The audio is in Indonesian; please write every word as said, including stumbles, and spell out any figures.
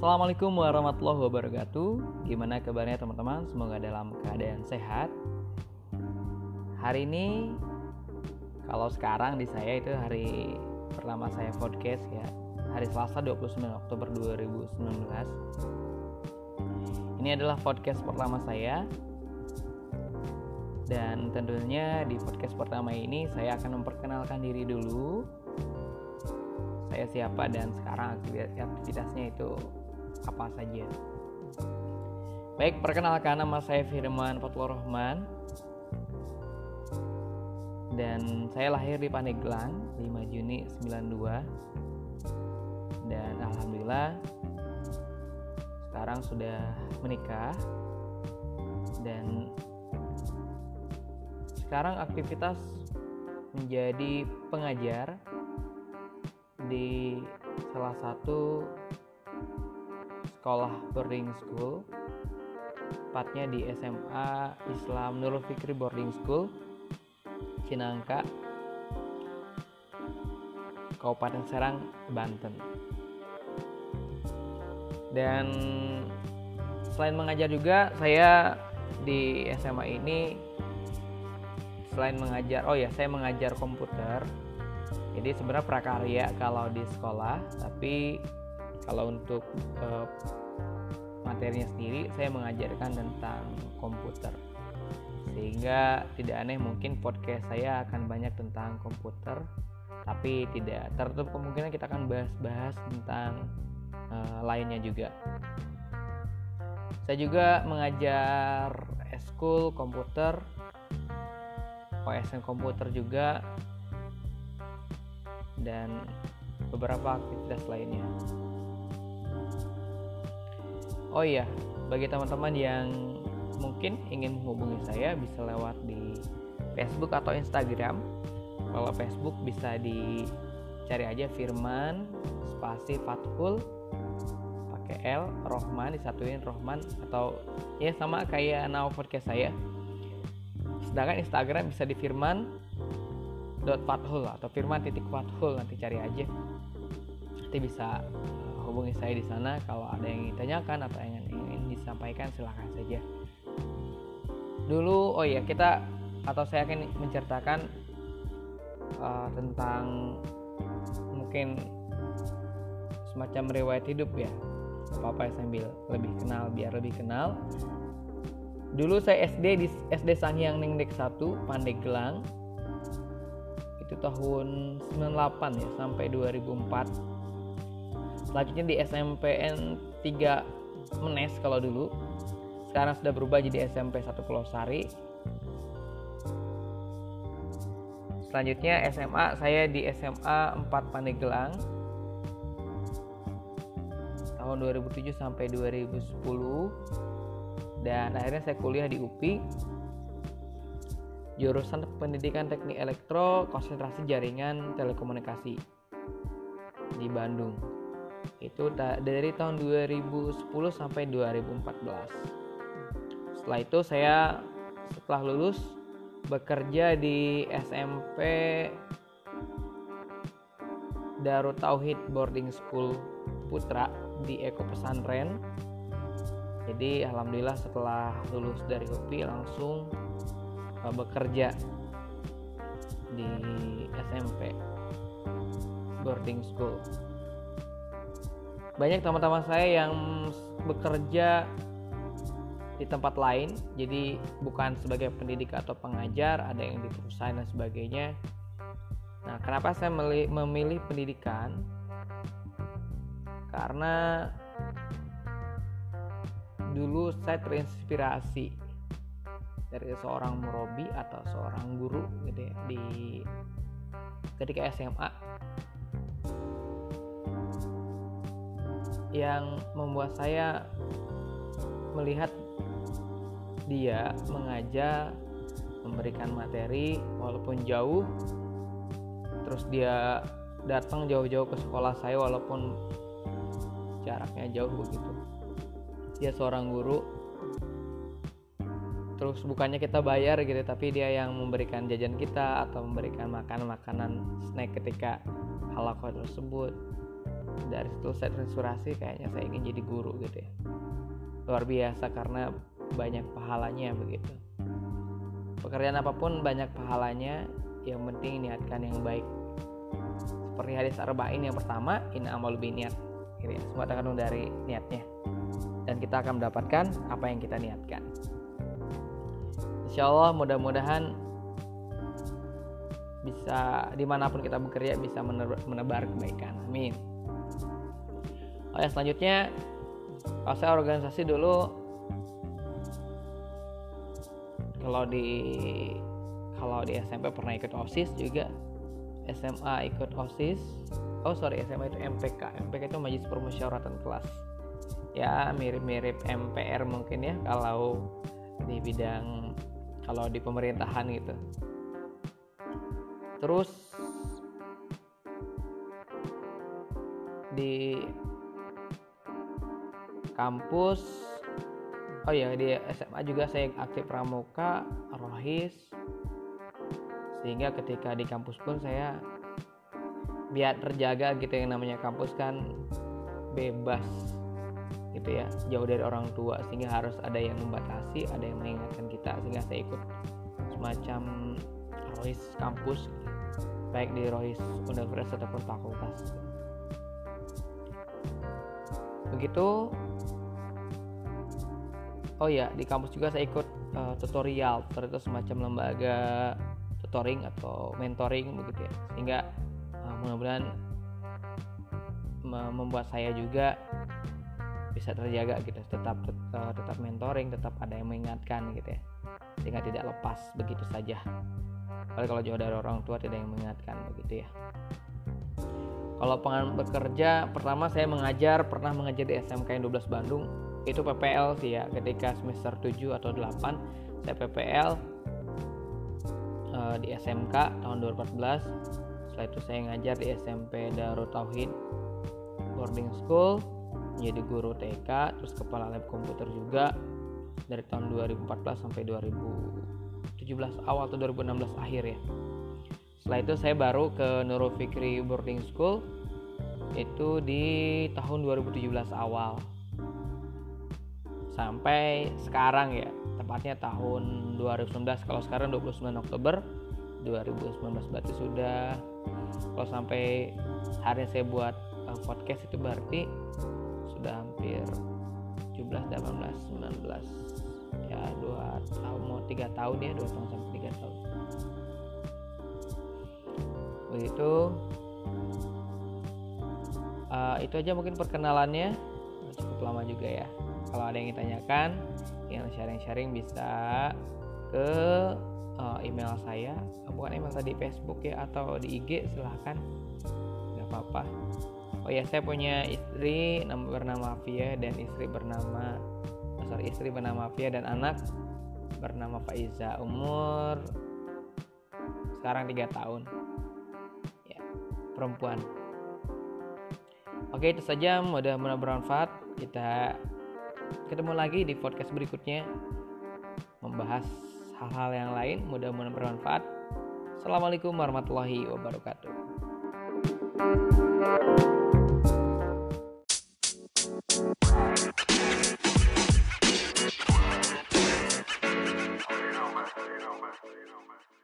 Assalamualaikum warahmatullahi wabarakatuh. Gimana kabarnya teman-teman? Semoga dalam keadaan sehat. Hari ini, kalau sekarang di saya itu hari pertama saya podcast ya, hari Selasa dua puluh sembilan Oktober dua ribu sembilan belas. Ini adalah podcast pertama saya. Dan tentunya di podcast pertama ini saya akan memperkenalkan diri dulu. Saya siapa dan sekarang aktivitasnya itu apa saja. Baik, perkenalkan, nama saya Firman Fathur Rahman. Dan saya lahir di Pandeglang lima Juni sembilan puluh dua. Dan alhamdulillah sekarang sudah menikah. Dan sekarang aktivitas menjadi pengajar di salah satu sekolah boarding school, tepatnya di S M A Islam Nurul Fikri Boarding School, Cinangka, Kabupaten Serang, Banten. Dan selain mengajar juga, saya di S M A ini selain mengajar, oh ya, saya mengajar komputer. Jadi sebenarnya prakarya kalau di sekolah, tapi kalau untuk uh, materinya sendiri saya mengajarkan tentang komputer. Sehingga tidak aneh mungkin podcast saya akan banyak tentang komputer, tapi tidak tertutup kemungkinan kita akan bahas-bahas tentang uh, lainnya juga. Saya juga mengajar eskul komputer, O S N komputer juga, dan beberapa aktivitas lainnya. Oh iya, bagi teman-teman yang mungkin ingin menghubungi saya bisa lewat di Facebook atau Instagram. Kalau Facebook bisa dicari aja Firman spasi Fathul pakai L, Rohman disatuin Rohman, atau ya sama kayak nama podcast saya. Sedangkan Instagram bisa di Firman dot fathul atau Firman titik Fathul, nanti cari aja. Nanti bisa hubungi saya di sana kalau ada yang ingin ditanyakan atau yang ingin disampaikan, silahkan saja. Dulu, oh ya, kita atau saya akan menceritakan uh, tentang mungkin semacam riwayat hidup ya, apa-apa sambil lebih kenal, biar lebih kenal. Dulu saya S D di S D Sanghyang Ningdek satu Pandeglang. Itu tahun sembilan puluh delapan ya sampai dua ribu empat. Selanjutnya di S M P N tiga Menes kalau dulu. Sekarang sudah berubah jadi S M P satu Pulau Sari. Selanjutnya S M A saya di S M A empat Pandeglang. Tahun dua ribu tujuh sampai dua ribu sepuluh. Dan akhirnya saya kuliah di U P I, jurusan Pendidikan Teknik Elektro, konsentrasi Jaringan Telekomunikasi di Bandung. Itu dari tahun dua ribu sepuluh sampai dua ribu empat belas. Setelah itu saya setelah lulus bekerja di S M P Darut Tauhid Boarding School Putra di Eko Pesantren. Jadi alhamdulillah setelah lulus dari U P I langsung uh, bekerja di S M P boarding school. Banyak teman-teman saya yang bekerja di tempat lain, jadi bukan sebagai pendidik atau pengajar, ada yang di perusahaan dan sebagainya. Nah, kenapa saya memilih pendidikan? Karena dulu saya terinspirasi dari seorang murabi atau seorang guru gitu ya, di ketika S M A, yang membuat saya melihat dia mengajar, memberikan materi walaupun jauh, terus dia datang jauh-jauh ke sekolah saya walaupun jaraknya jauh begitu. Dia seorang guru, terus bukannya kita bayar gitu, tapi dia yang memberikan jajan kita atau memberikan makan makanan snack ketika halaqah tersebut. dari situ saya terinspirasi, kayaknya saya ingin jadi guru gitu ya. Luar biasa karena banyak pahalanya begitu. Pekerjaan apapun banyak pahalanya, yang penting niatkan yang baik. Seperti hadis arba'in yang pertama, inna amalu biniat. Gitu ya. Semua tergantung dari niatnya. Dan kita akan mendapatkan apa yang kita niatkan. Insya Allah mudah-mudahan bisa dimanapun kita bekerja bisa menebar kebaikan. Amin. Oh ya, selanjutnya kalau saya organisasi dulu, kalau di kalau di S M P pernah ikut OSIS juga, S M A ikut OSIS. Oh sorry, S M A itu M P K. M P K itu Majelis Permusyawaratan Kelas. Ya mirip-mirip M P R mungkin ya kalau di bidang kalau di pemerintahan gitu. Terus di kampus, oh ya di S M A juga saya aktif pramuka, rohis, sehingga ketika di kampus pun saya biar terjaga gitu, yang namanya kampus kan bebas gitu ya, jauh dari orang tua, sehingga harus ada yang membatasi, ada yang mengingatkan kita, sehingga saya ikut semacam rohis kampus gitu, baik di rohis universitas ataupun fakultas. Begitu. Oh ya, di kampus juga saya ikut uh, tutorial. Tutorial itu semacam lembaga tutoring atau mentoring begitu ya. Sehingga uh, mudah-mudahan uh, membuat saya juga bisa terjaga gitu. Tetap uh, tetap mentoring, tetap ada yang mengingatkan gitu ya. Sehingga tidak lepas begitu saja. Apalagi kalau jauh dari orang tua tidak yang mengingatkan begitu ya. Kalau pengalaman bekerja, pertama saya mengajar, pernah mengajar di S M K dua belas Bandung. Itu P P L sih ya, ketika semester tujuh atau delapan saya P P L uh, di S M K tahun dua ribu empat belas. Setelah itu saya ngajar di S M P Darut Tauhid Boarding School, menjadi guru T K, terus kepala lab komputer juga dari tahun dua ribu empat belas sampai dua ribu tujuh belas awal atau dua ribu enam belas akhir ya. Setelah itu saya baru ke Nurul Fikri Boarding School itu di tahun dua ribu tujuh belas awal sampai sekarang ya, tepatnya tahun dua ribu sembilan belas. Kalau sekarang dua puluh sembilan Oktober dua ribu sembilan belas, berarti sudah, kalau sampai hari saya buat uh, podcast itu berarti sudah hampir tujuh belas, delapan belas, sembilan belas ya, dua tahun mau tiga tahun ya, dua tahun sampai tiga tahun. Begitu. Uh, itu aja mungkin perkenalannya, cukup lama juga ya. Kalau ada yang ditanyakan, yang sharing-sharing bisa ke uh, email saya, bukan email tadi, Facebook ya, atau di I G silahkan, nggak apa-apa. Oh ya, saya punya istri nama bernama Afia dan istri bernama oh sorry istri bernama Afia dan anak bernama Faiza, umur sekarang tiga tahun ya, perempuan. Oke, itu saja, mudah-mudahan bermanfaat. Kita ketemu lagi di podcast berikutnya, membahas hal-hal yang lain, mudah-mudahan bermanfaat. Assalamualaikum warahmatullahi wabarakatuh. You know, man. You know, man.